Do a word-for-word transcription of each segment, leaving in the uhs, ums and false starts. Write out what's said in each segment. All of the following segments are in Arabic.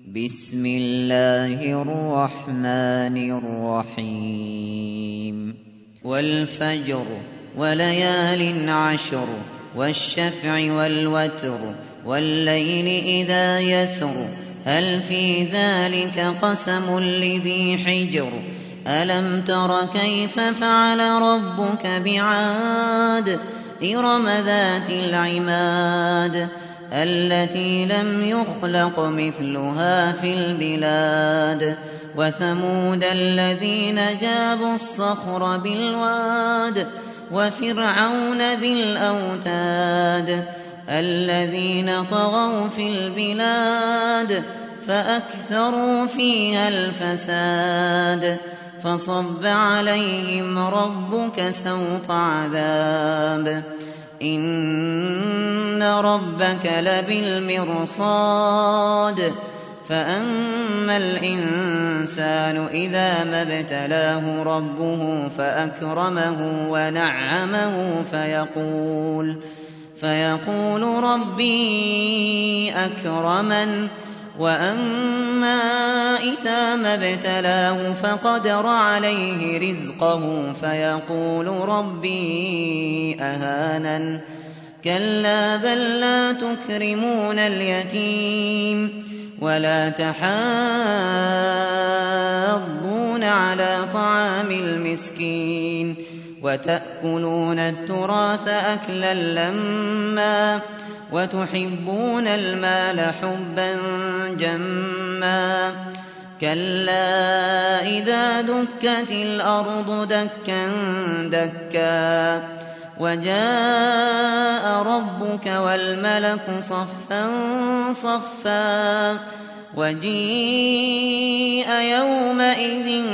بسم الله الرحمن الرحيم والفجر وليال عشر والشفع والوتر والليل إذا يسر هل في ذلك قسم لذي حجر ألم تر كيف فعل ربك بعاد إرم ذات العماد التي لم يخلق مثلها في البلاد وثمود الذين جابوا الصخر بالواد وفرعون ذي الأوتاد الذين طغوا في البلاد فأكثروا فيها الفساد فصب عليهم ربك سوط عذاب إن ربك لبالمرصاد فأما الإنسان إذا ما ابتلاه ربه فأكرمه ونعمه فيقول فيقول ربي أكرمن وأما إذا ما ابتلاه فقدر عليه رزقه فيقول ربي أهانن كلا بل لا تكرمون اليتيم ولا تحاضون على طعام المسكين وتأكلون التراث أكلا لما وتحبون المال حبا جما كلا إذا دكت الأرض دكا دكا وجاء ربك والملك صفا صفا وجيء يومئذ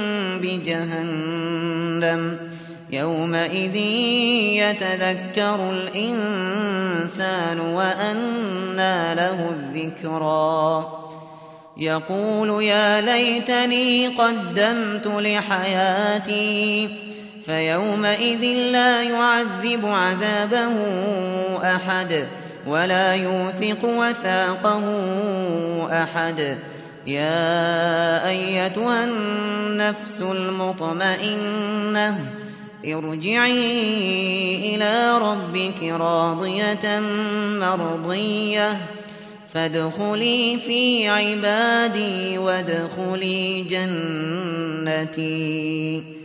بجهنم يومئذ يتذكر الإنسان وأنى له الذكرى يقول يا ليتني قدمت لحياتي فيومئذ لا يعذب عذابه أحد ولا يوثق وثاقه أحد يا أيتها النفس المطمئنة ارجعي إلى ربك راضية مرضية فادخلي في عبادي وادخلي جنتي.